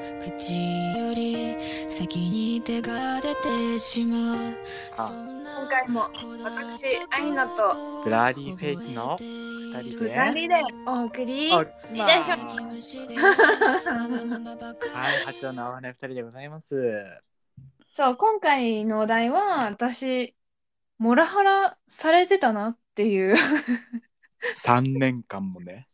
口より先に手が出てしまう。 今回も私アイナとブラーリーフェイスの2人で 2人でお送りいまたしまはい、八丁の合わない2人でございます。 そう、今回のお題は私モラハラされてたなっていう 3年間もね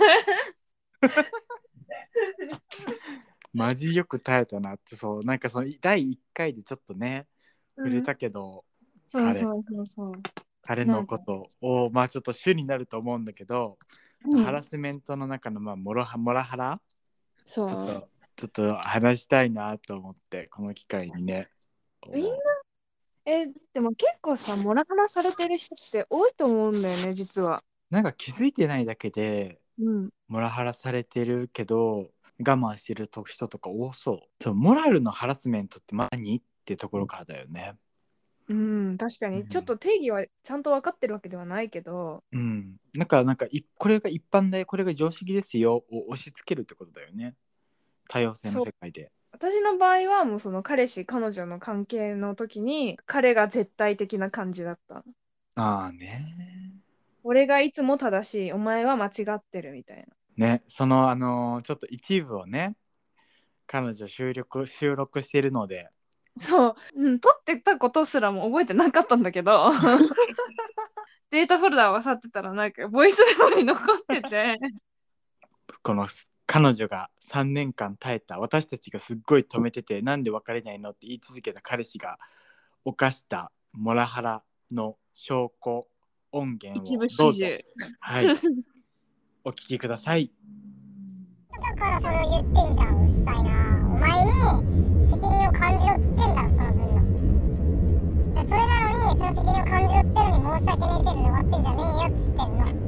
マジよく耐えたなって。そう、なんかその第1回でちょっとね触れたけど、 そう彼のことをまあちょっと主になると思うんだけど、ハラスメントの中のまあモラハラそうちょっと話したいなと思ってこの機会にね。 みんなでも結構さ、モラハラされてる人って多いと思うんだよね、実は。 なんか気づいてないだけで、モラハラされてるけど我慢してる人とか多そう。そう、モラルのハラスメントって何ってところからだよね。 確かに、ちょっと定義はちゃんと分かってるわけではないけど、 なんかこれが一般でこれが常識ですよを押し付けるってことだよね、多様性の世界で。 私の場合はもうその彼氏彼女の関係の時に彼が絶対的な感じだった。 ああね。 俺がいつも正しい、お前は間違ってるみたいな。 ね、そのちょっと一部をね、彼女収録してるので、 そう、撮ってたことすらも覚えてなかったんだけどデータフォルダを漁ってたらなんかボイスメモに残っててこの彼女が3年間耐えた、私たちがすっごい止めててなんで別れないのって言い続けた彼氏が犯したモラハラの証拠音源を一部どうぞ、 始終はい、お聞きください。 だからそれを言ってんじゃん、うるさいな。お前に責任を感じろっつってんだろ、その分の。でそれなのにその責任を感じろっつってるのに申し訳ねえ程度で終わってんじゃねえよっつってんの。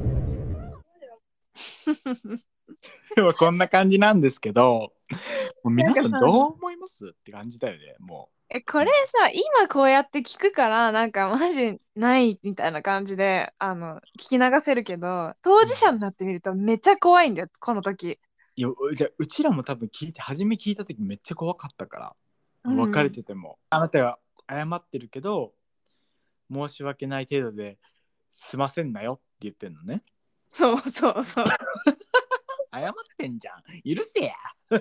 でもこんな感じなんですけど、もう皆さんどう思いますって感じだよね。もうこれさ、今こうやって聞くからなんかマジないみたいな感じで聞き流せるけど、当事者になってみるとめっちゃ怖いんだよ、この時。 いや、じゃあうちらも多分初め聞いた時めっちゃ怖かったから、別れててもあなたが謝ってるけど申し訳ない程度ですませんなよって言ってんのね。 そう謝ってんじゃん、許せや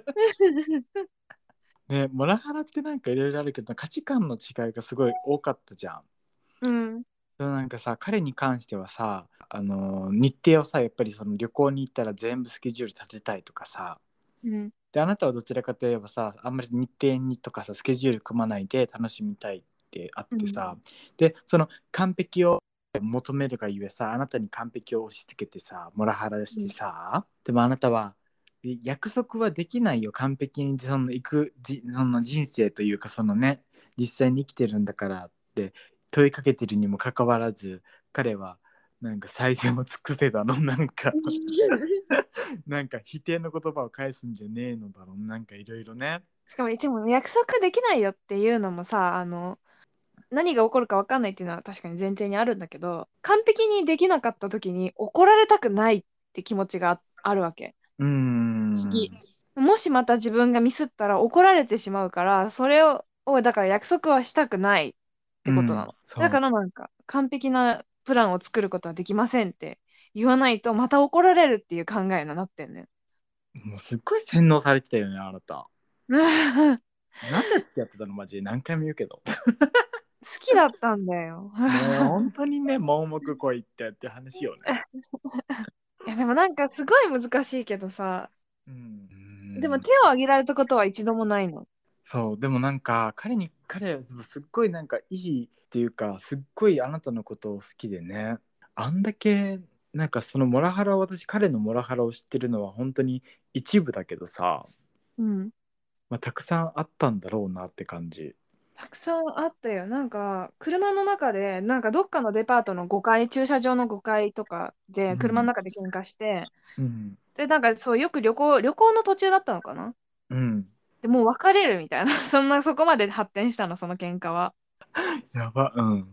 ね、モラハラってなんかいろいろあるけど価値観の違いがすごい多かったじゃん。なんかさ、彼に関してはさ、日程をさ、やっぱりその旅行に行ったら全部スケジュール立てたいとかさ、であなたはどちらかといえばさ、あんまり日程にとかさスケジュール組まないで楽しみたいってあってさ、でその完璧を求めるがゆえさ、あなたに完璧を押し付けてさモラハラしてさ、でもあなたは約束はできないよ、完璧にそのその人生というかそのね、実際に生きてるんだからって問いかけてるにもかかわらず、彼はなんか最善を尽くせだのなんかなんか否定の言葉を返すんじゃねえのだろう、なんかいろいろね。 しかも一応約束できないよっていうのもさ、何が起こるか分かんないっていうのは確かに前提にあるんだけど、完璧にできなかった時に怒られたくないって気持ちがあるわけ。もしまた自分がミスったら怒られてしまうから、それをだから約束はしたくないってことなの。だからなんか完璧なプランを作ることはできませんって言わないとまた怒られるっていう考えになってんね。 もうすっごい洗脳されてたよね、あなた。なんで付き合ってたのマジで、何回も言うけど好きだったんだよ。 もう本当にね、盲目恋って話よね。 いやでもなんかすごい難しいけどさ、でも手を挙げられたことは一度もないの。 そう、でもなんか彼すっごいなんかいいっていうか、すっごいあなたのことを好きでね、あんだけなんかそのモラハラ、彼のモラハラを知ってるのは本当に一部だけどさ、たくさんあったんだろうなって感じ。 たくさんあったよ。なんか車の中でなんかどっかのデパートの5階、駐車場の5階とかで車の中で喧嘩して、でなんかそうよく旅行の途中だったのかな。でもう別れるみたいなそこまで発展したの、その喧嘩は。 やば。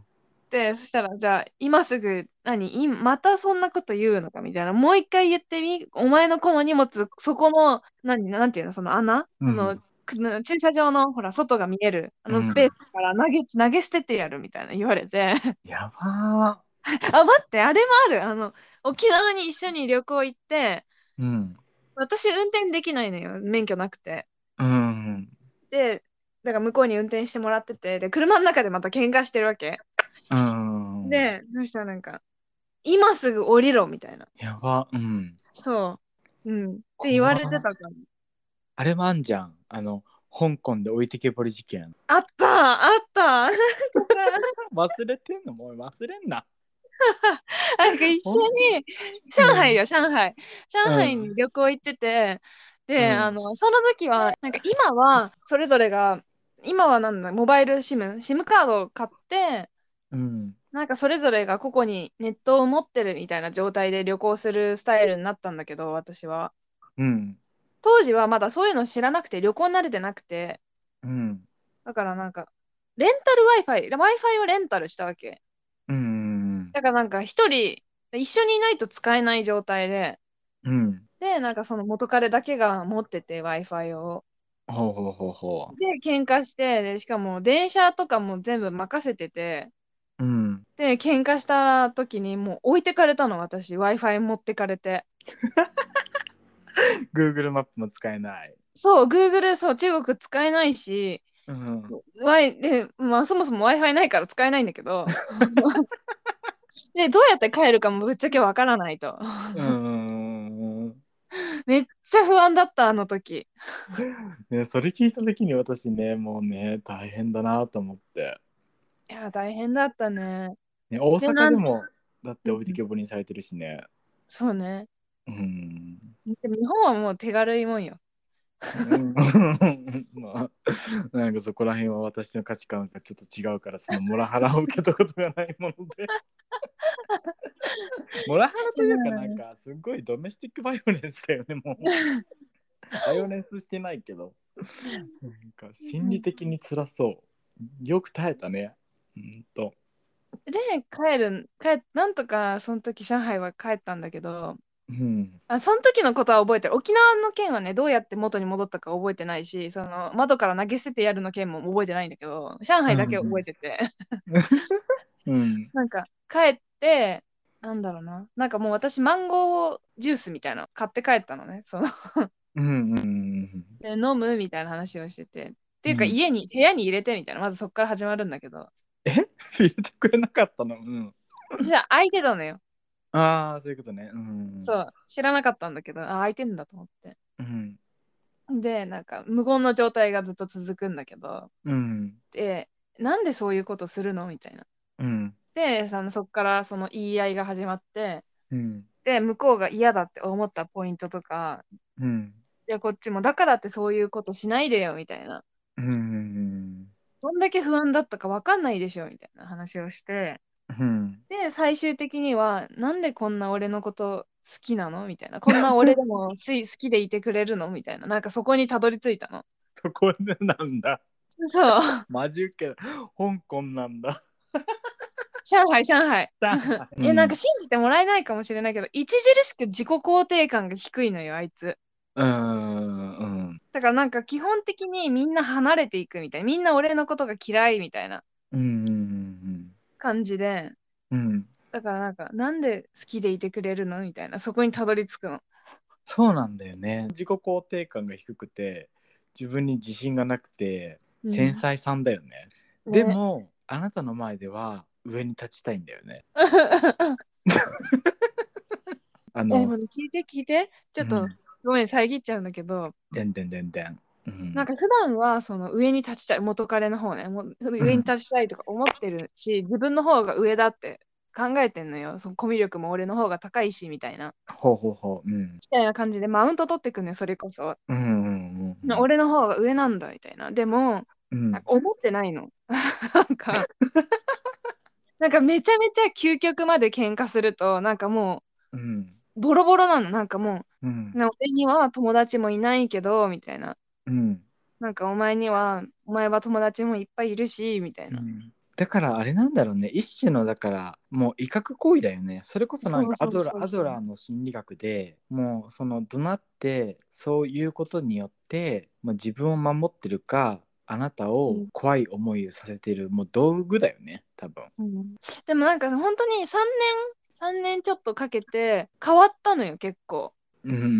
で、そしたら、じゃあ、今すぐ、またそんなこと言うのかみたいな。もう一回言ってみ。お前のこの荷物、そこの、なんていうの、その穴、駐車場の、ほら、外が見える、スペースから投げ捨ててやるみたいな言われて。 やばあ、待って、あれもある。沖縄に一緒に旅行行って、 ー。 私運転できないのよ。免許なくて。 うんで、だから向こうに運転してもらってて、で、車の中でまた喧嘩してるわけ。で、そしたらなんか、今すぐ降りろみたいな。 やば。 そう。って言われてたから。 あれもあんじゃん。香港で置いてけぼり事件。 あった忘れてんの？もう忘れんな。 なんか一緒に、上海に旅行行ってて、で、その時は、なんか今は、それぞれが、今はなんだ、モバイルSIM カードを買って、なんかそれぞれが個々にネットを持ってるみたいな状態で旅行するスタイルになったんだけど、私は。当時はまだそういうの知らなくて、旅行慣れてなくて、だからなんか、レンタル Wi-Fi をレンタルしたわけ。だからなんか一人、一緒にいないと使えない状態で、で、なんかその元彼だけが持ってて Wi-Fi を。で、喧嘩して、で、しかも電車とかも全部任せてて、で、喧嘩した時にもう置いてかれたの、私。Wi-Fi 持ってかれて。 Google マップも使えない。 そう、Google、そう、中国使えないし、で、そもそも Wi-Fi ないから使えないんだけど、で、どうやって帰るかもぶっちゃけわからないと。めっちゃ不安だった、あの時。 ね、それ聞いた時に私ね、もうね、大変だなと思って。 いや、大変だったね。 大阪でも、だって置いてけぼりにされてるしね。 そうね。でも日本はもう手軽いもんよ。 まあ、なんかそこら辺は私の価値観がちょっと違うから、そのモラハラを受けたことがないものでモラハラというか、なんかすごいドメスティックバイオレンスだよね。もうバイオレンスしてないけど、なんか心理的に辛そう。よく耐えたね。 で、なんとかその時上海は帰ったんだけど、その時のことは覚えてる。沖縄の件はね、どうやって元に戻ったか覚えてないし、その窓から投げ捨ててやるの件も覚えてないんだけど、上海だけ覚えてて。なんか帰って、なんだろうな。なんかもう私マンゴージュースみたいなの買って帰ったのね。で、飲むみたいな話をしてて。っていうか、部屋に入れてみたいな。まずそこから始まるんだけど。 入れてくれなかったの？ じゃあ空いてたのよ。 ああ、そういうことね。 そう、知らなかったんだけど、空いてんだと思って。で、なんか無言の状態がずっと続くんだけど、で、なんでそういうことするのみたいな。で、そっからその言い合いが始まって、で、向こうが嫌だって思ったポイントとか、で、こっちもだからってそういうことしないでよみたいな。どんだけ不安だったか分かんないでしょみたいな話をして、で、最終的には、なんでこんな俺のこと好きなのみたいな。こんな俺でも好きでいてくれるのみたいな。なんかそこにたどり着いたの。 そこでなんだ。 そう。 マジ受ける。香港なんだ。 上海。なんか信じてもらえないかもしれないけど、著しく自己肯定感が低いのよ、あいつ。だからなんか基本的にみんな離れていくみたいな。みんな俺のことが嫌いみたいな感じで。だからなんか、なんで好きでいてくれるのみたいな。そこにたどり着くの。 そうなんだよね。自己肯定感が低くて、自分に自信がなくて、繊細さんだよね。でも、あなたの前では上に立ちたいんだよね。 でも聞いて。ちょっと、ごめん、遮っちゃうんだけど。なんか普段はその上に立ちたい、元彼の方ね、上に立ちたいとか思ってるし、自分の方が上だって考えてんのよ。そのコミュ力も俺の方が高いし、みたいな。みたいな感じでマウント取ってくんのよ、それこそ。俺の方が上なんだ、みたいな。でも、なんか思ってないの。なんかめちゃめちゃ究極まで喧嘩すると、なんかもう、ボロボロなの。なんかもう、俺には友達もいないけど、みたいな。なんかお前は友達もいっぱいいるし、みたいな。 だからあれなんだろうね、一種のだからもう威嚇行為だよね。それこそなんかそうそうそうそうアドラーの心理学でもうその怒鳴ってそういうことによって、まあ、自分を守ってるかあなたを怖い思いをさせてる、もう道具だよね多分。 でもなんか本当に3年ちょっとかけて変わったのよ結構。 うんうん。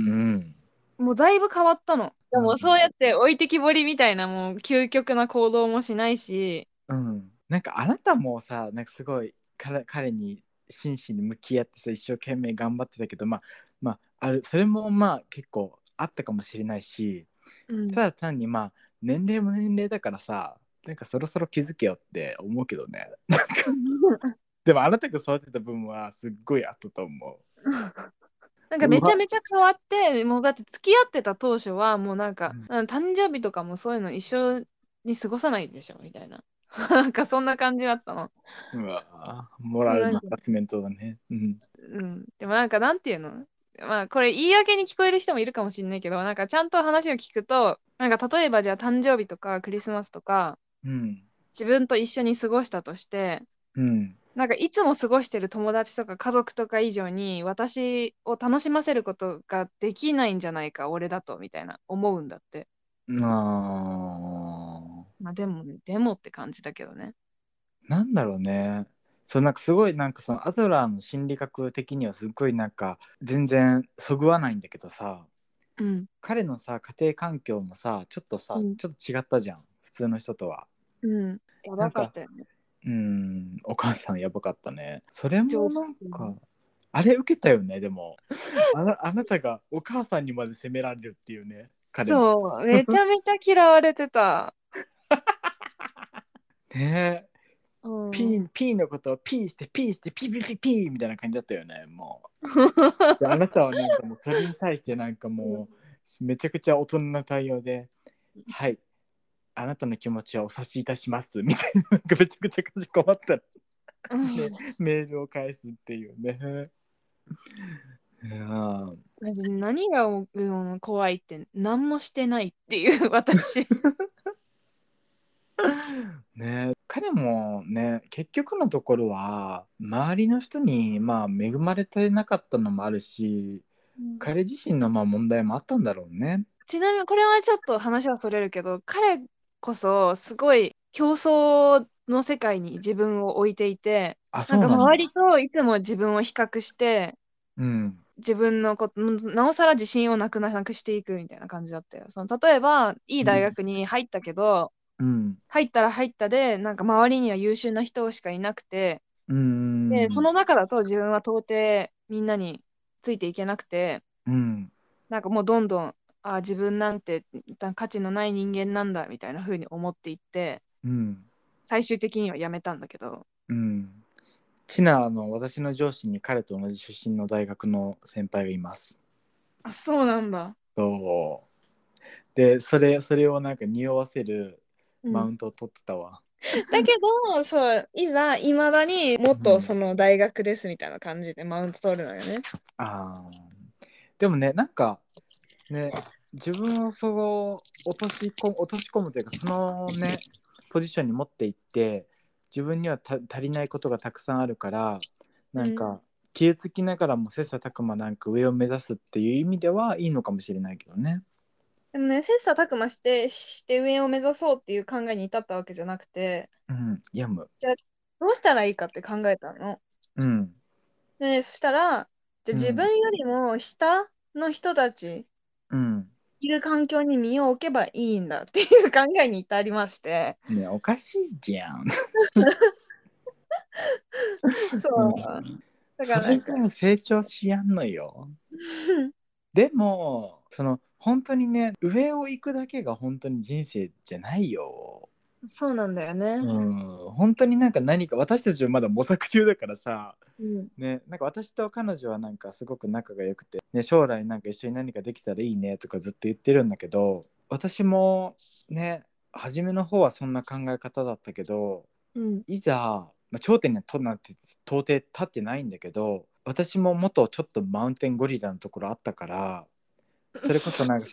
もうだいぶ変わったの。でもそうやって置いてきぼりみたいなもう究極な行動もしないし。 なんかあなたもさ、なんかすごい彼に真摯に向き合ってさ、一生懸命頑張ってたけど、まあそれもまあ結構あったかもしれないし、ただ単にまあ年齢も年齢だからさ、なんかそろそろ気づけよって思うけどね。でもあなたが育てた分はすっごいあったと思う。 なんかめちゃめちゃ変わって、もうだって付き合ってた当初はもうなんか、誕生日とかもそういうの一緒に過ごさないでしょみたいな。なんかそんな感じだったの。 うわ、モラルのハラスメントだね。 でもなんかなんていうの、まあこれ言い訳に聞こえる人もいるかもしれないけど、なんかちゃんと話を聞くと、なんか例えばじゃあ誕生日とかクリスマスとか、自分と一緒に過ごしたとして、なんかいつも過ごしてる友達とか家族とか以上に私を楽しませることができないんじゃないか俺だとみたいな思うんだって。まあでもって感じだけどね。 なんだろうね。そうなんかすごいなんかそのアドラーの心理学的にはすごいなんか全然そぐわないんだけどさ、彼のさ家庭環境もさちょっとさ、ちょっと違ったじゃん普通の人とは。 やばかったよね。 お母さんやばかったね。それもなんかあれ受けたよね。でもあなたがお母さんにまで責められるっていうね。 そうめちゃめちゃ嫌われてた。 ねえ、ピーのことをピーしてピーしてピーピーピーピーみたいな感じだったよね。もうであなたはなんかもうそれに対してなんかもうめちゃくちゃ大人な対応ではいあなたの気持ちはお察しいたしますみたいな、なんかめちゃくちゃかしこまったらメールを返すっていうね。 マジ何が怖いって何もしてないっていう私。 ね、彼もね結局のところは周りの人にまあ恵まれてなかったのもあるし、彼自身のまあ問題もあったんだろうね。 ちなみにこれはちょっと話はそれるけど、彼こそすごい競争の世界に自分を置いていて、なんか周りといつも自分を比較して、自分のことなおさら自信をなくしていくみたいな感じだったよ。その例えばいい大学に入ったけど、入ったら入ったでなんか周りには優秀な人しかいなくて、でその中だと自分は到底みんなについていけなくて、なんかもうどんどん自分なんて価値のない人間なんだみたいな風に思っていって、最終的には辞めたんだけど。 チナ私の上司に彼と同じ出身の大学の先輩がいます。 あ、そうなんだ。 そうでそれをなんか匂わせるマウントを取ってたわ。 だけどそういざいまだにもっとその大学ですみたいな感じでマウント取るのよね。 でもねなんかね自分をそう落とし込むというかそのねポジションに持っていって自分には足りないことがたくさんあるからなんか気つきながらも切磋琢磨なんか上を目指すっていう意味ではいいのかもしれないけどね。 でもね、切磋琢磨して上を目指そうっていう考えに至ったわけじゃなくて、 やむ。 じゃあどうしたらいいかって考えたの。で、そしたら、じゃあ自分よりも下の人たち、いる環境に身を置けばいいんだっていう考えに至りまして。 ね、おかしいじゃん。 そう。だからなんかそれじゃ成長しやんのよ。でも本当にね上を行くだけが本当に人生じゃないよ。 そうなんだよね。 本当になんか何か私たちはまだ模索中だからさ、ね、なんか私と彼女はなんかすごく仲が良くて、ね、将来なんか一緒に何かできたらいいねとかずっと言ってるんだけど、私もね初めの方はそんな考え方だったけど、いざ、頂点には到底立ってないんだけど、私も元ちょっとマウンテンゴリラのところあったから、それこそなんか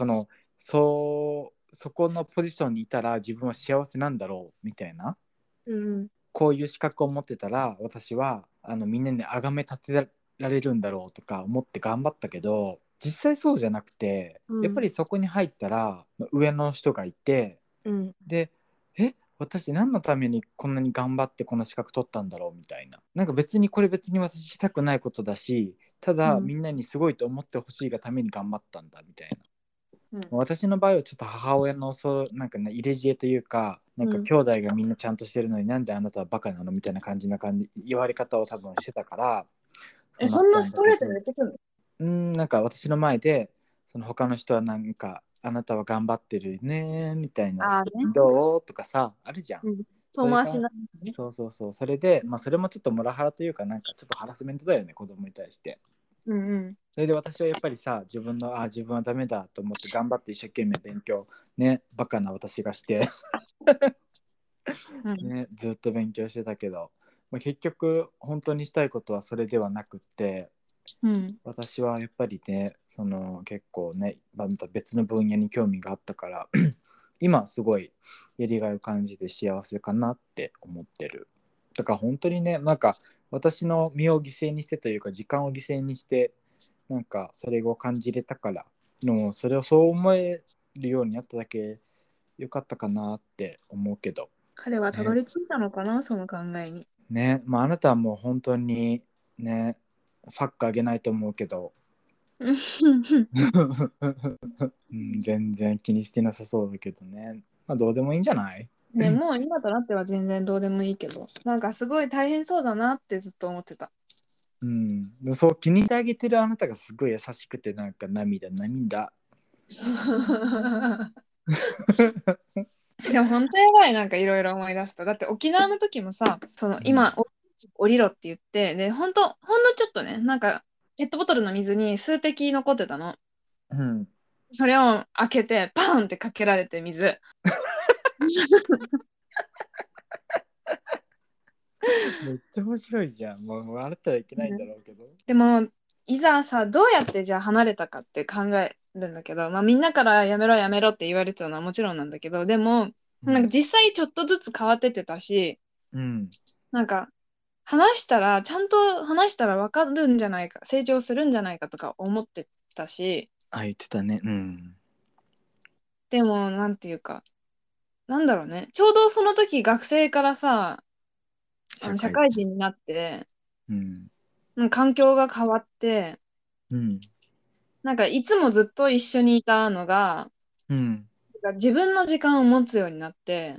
そこのポジションにいたら自分は幸せなんだろうみたいな、 こういう資格を持ってたら私はみんなに崇め立てられるんだろうとか思って頑張ったけど、実際そうじゃなくて、やっぱりそこに入ったら上の人がいて、で私何のためにこんなに頑張ってこの資格取ったんだろうみたいな、なんか別にこれ別に私したくないことだし、ただみんなにすごいと思ってほしいがために頑張ったんだみたいな、私の場合はちょっと母親のなんかね入れ知恵というか、なんか兄弟がみんなちゃんとしてるのになんであなたはバカなのみたいな感じ言われ方を多分してたから、 そんなストレートに言ってくるの？なんか私の前でその他の人はなんかあなたは頑張ってるねみたいな、どうとかさあるじゃん。 遠回しな、 ね、そうそれで、それもちょっとモラハラというかなんかちょっとハラスメントだよね、子供に対して。それで私はやっぱりさ自分はダメだと思って頑張って一生懸命勉強ね、バカな私がしてね、ずっと勉強してたけど、結局本当にしたいことはそれではなくって、私はやっぱりね結構ねまた別の分野に興味があったから今すごいやりがいを感じて幸せかなって思ってる。だから本当にね、なんか私の身を犠牲にしてというか時間を犠牲にしてなんかそれを感じれたからの、それをそう思えるようになっただけよかったかなって思うけど、 彼はたどり着いたのかな、その考えにね。あなたはもう本当にねファックあげないと思うけど全然気にしてなさそうだけどね、どうでもいいんじゃないね。もう今となっては全然どうでもいいけど、なんかすごい大変そうだなってずっと思ってた。 でもそう気に入ってあげてるあなたがすごい優しくてなんか涙でも本当やばい、なんかいろいろ思い出すと。だって沖縄の時もさ、今降りろって言ってでほんのちょっとね、なんかペットボトルの水に数滴残ってたの。それを開けてパーンってかけられて水めっちゃ面白いじゃん。もう笑ったらいけないんだろうけど、 でもいざさ、どうやってじゃあ離れたかって考えるんだけど、みんなからやめろやめろって言われてたのはもちろんなんだけど、でもなんか実際ちょっとずつ変わってってたし、なんかちゃんと話したら分かるんじゃないか、成長するんじゃないかとか思ってたし、 言ってたね。 でもなんていうか、なんだろうね、ちょうどその時学生からさ、社会人になって、環境が変わって、なんかいつもずっと一緒にいたのが、自分の時間を持つようになって、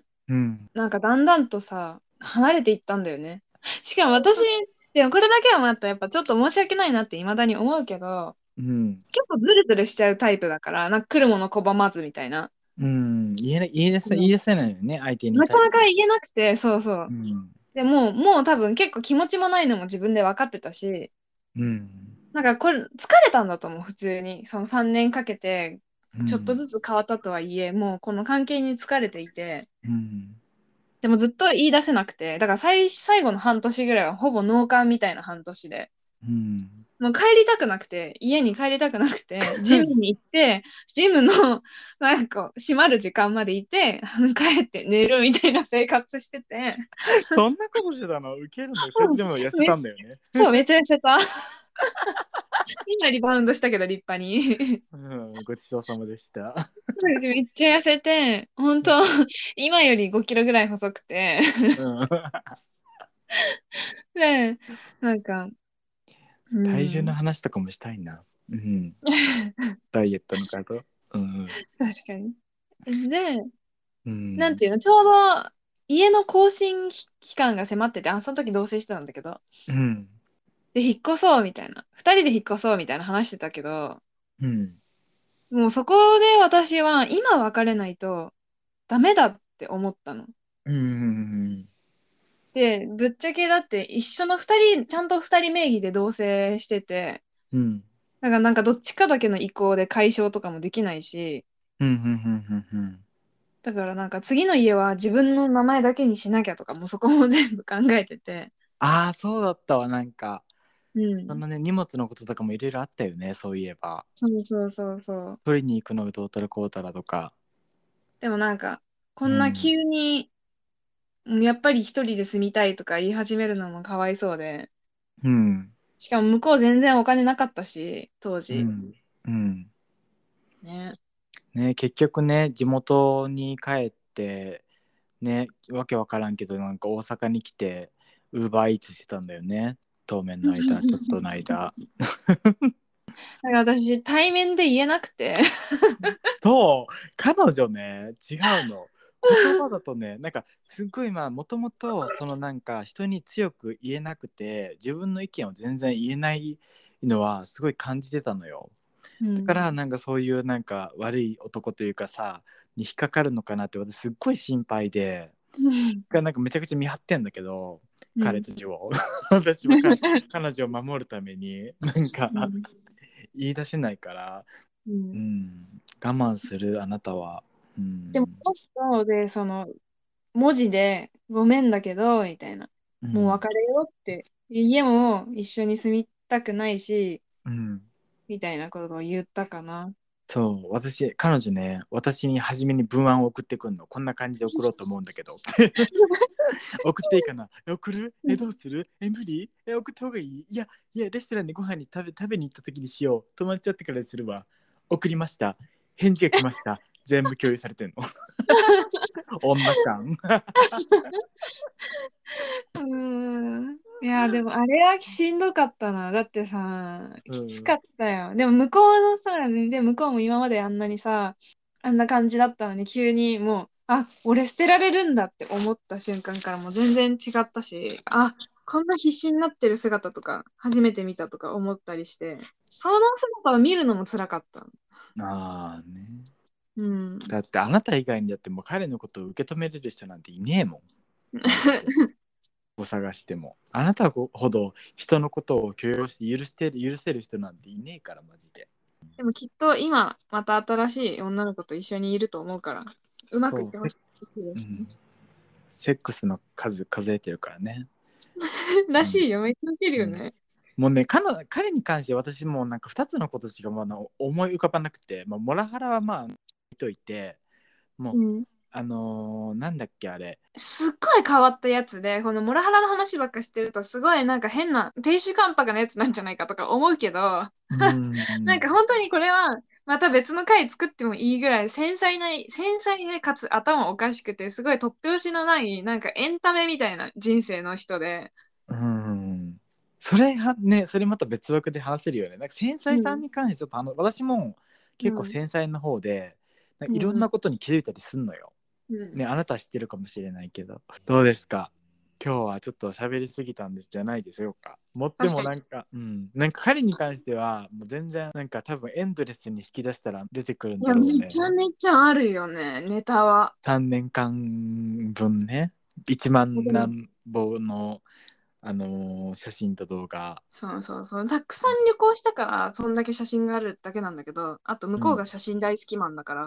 なんかだんだんとさ離れていったんだよね。しかも私でもこれだけはまたやっぱちょっと申し訳ないなって未だに思うけど、結構ズルズルしちゃうタイプだから、なんか来るもの拒まずみたいな。 言い出せないよね、相手に。 なかなか言えなくて、そう。でもう多分結構気持ちもないのも自分で分かってたし、なんかこれ疲れたんだと思う、普通に。その3年かけてちょっとずつ変わったとはいえ、もうこの関係に疲れていて、でもずっと言い出せなくて、だから最後の半年ぐらいはほぼ脳幹みたいな半年で、もう家に帰りたくなくて、ジムに行って、ジムのなんか閉まる時間までいて、帰って寝るみたいな生活してて。 そんなことしてたの？ウケるんだよ。それでも痩せたんだよね。 そう、めっちゃ痩せた。今リバウンドしたけど立派に。 ごちそうさまでした。 めっちゃ痩せて、本当今より5キロぐらい細くて。で、なんか、 体重の話とかもしたいな。ダイエットのこと。 確かに。で、なんていうの、ちょうど家の更新期間が迫ってて、その時同棲してたんだけど、で、引っ越そうみたいな。2人で引っ越そうみたいな話してたけど、もうそこで私は今別れないとダメだって思ったの。で、ぶっちゃけだって一緒の2人、ちゃんと2人名義で同棲してて、なんかどっちかだけの意向で解消とかもできないし、だからなんか次の家は自分の名前だけにしなきゃとかもそこも全部考えてて。 そうだったわ。なんかそのね荷物のこととかもいろいろあったよね、そういえば。 そう取りに行くのがどうたらこうたらとか。 でもなんかこんな急に、 やっぱり一人で住みたいとか言い始めるのもかわいそうで。 うん。 しかも向こう全然お金なかったし、当う時。 ん。うん。 ね。 ね、結局ね、地元に帰ってね、わけわからんけどなんか大阪に来てウーバーイーツしてたんだよね、当面の間、ちょっとの間。 だから私、対面で言えなくて。 そう彼女ね違うの、言葉だとねなんかすっごいもともとそのなんか人に強く言えなくて自分の意見を全然言えないのはすごい感じてたのよ。だからなんかそういうなんか悪い男というかさに引っかかるのかなって私すっごい心配で、なんかめちゃくちゃ見張ってんだけけど、彼たちを私は彼女を守るためになんか言い出せないから、我慢するあなたは、 でもポストでその文字でごめんだけどみたいな、もう別れようって、家も一緒に住みたくないし、みたいなことを言ったかな。 そう彼女ね私に初めに文案を送ってくんの、こんな感じで送ろうと思うんだけど送っていいかな、送る、どうする、無理、送った方がいい、いやレストランでご飯に食べに行った時にしよう、友達会ってからするわ、送りました、返事が来ました全部共有されてんの女感いやでもあれはしんどかったな。だってさ、きつかったよ。でも向こうのさ、で向こうも今まであんなにさ、あんな感じだったのに急にもう、俺捨てられるんだって思った瞬間からもう全然違ったし、こんな必死になってる姿とか初めて見たとか思ったりして、その姿を見るのも辛かった。 ね。だってあなた以外にだってもう彼のことを受け止めれる人なんていねえもんを探してもあなたほど人のことを許容して許せる人なんていねえからマジで。 でもきっと今また新しい女の子と一緒にいると思うからうまくいってほしいですね。 セックスの数数えてるからねらしいよ、めっちゃ受けるよね。 もうね彼に関して私もなんか2つのことしか思い浮かばなくて、モラハラはまあ見といてもう、なんだっけあれすっごい変わったやつで、このモラハラの話ばっかしてるとすごいなんか変な亭主関白なやつなんじゃないかとか思うけどなんか本当にこれはまた別の回作ってもいいぐらい繊細でかつ頭おかしくてすごい突拍子のないなんかエンタメみたいな人生の人で、 それまた別枠で話せるよね。なんか繊細さんに関してちょっと私も結構繊細な方で、いろんなことに気づいたりすんのよ、あなたは知ってるかもしれないけど。どうですか、今日はちょっと喋りすぎたんですじゃないですよか。でもなんか彼に関してはもう全然なんか多分エンドレスに引き出したら出てくるんだろうね。 めちゃめちゃあるよね、ネタは。 3年間分ね、1万何本の写真と動画。 そうたくさん旅行したからそんだけ写真があるだけなんだけど、あと向こうが写真大好きマンだから、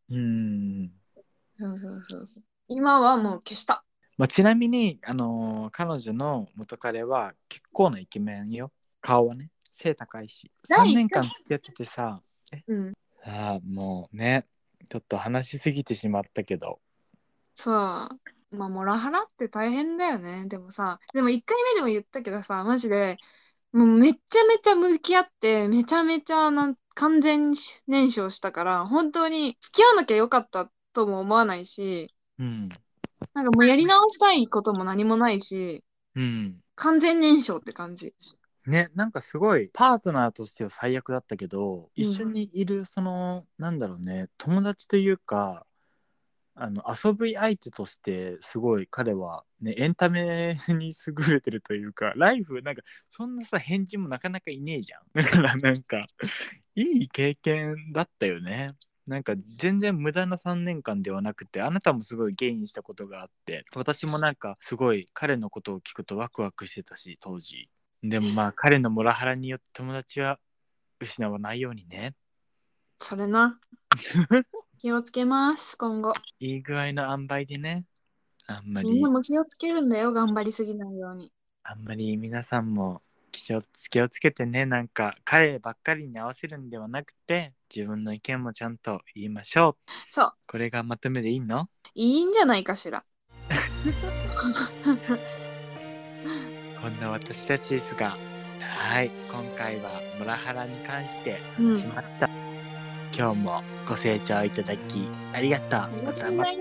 そう今はもう消した。 ちなみに彼女の元彼は結構なイケメンよ。顔はね背高いし3年間付き合っててさ、もうねちょっと話しすぎてしまったけど、 モラハラって大変だよね。でも1回目でも言ったけどさ、マジでもうめちゃめちゃ向き合ってめちゃめちゃ完全燃焼したから、本当に付き合わなきゃよかったとも思わないし、なんかもうやり直したいことも何もないし、完全燃焼って感じね。なんかすごいパートナーとしては最悪だったけど、一緒にいるそのなんだろうね、友達というか遊び相手としてすごい彼はねエンタメに優れてるというか、ライフなんかそんなさ返事もなかなかいねえじゃん。だからなんかいい経験だったよね。なんか全然無駄な3年間ではなくて、あなたもすごいゲインしたことがあって、私もなんかすごい彼のことを聞くとワクワクしてたし当時。でも彼のモラハラによって友達は失わないようにね。 それな気をつけます今後。 いい具合の塩梅でね。 みんなも気をつけるんだよ、頑張りすぎないように。 あんまり皆さんも気をつけてね。なんか彼ばっかりに合わせるんではなくて、自分の意見もちゃんと言いましょう。 そう。 これがまとめでいいの？ いいんじゃないかしら。 こんな私たちですが、はい、今回はモラハラに関して話しました。今日もご清聴いただきありがとうございました。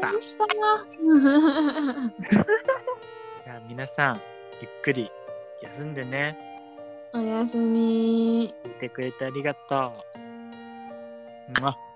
じゃあ皆さんゆっくり休んでね。 おやすみ。 聞いてくれてありがとう。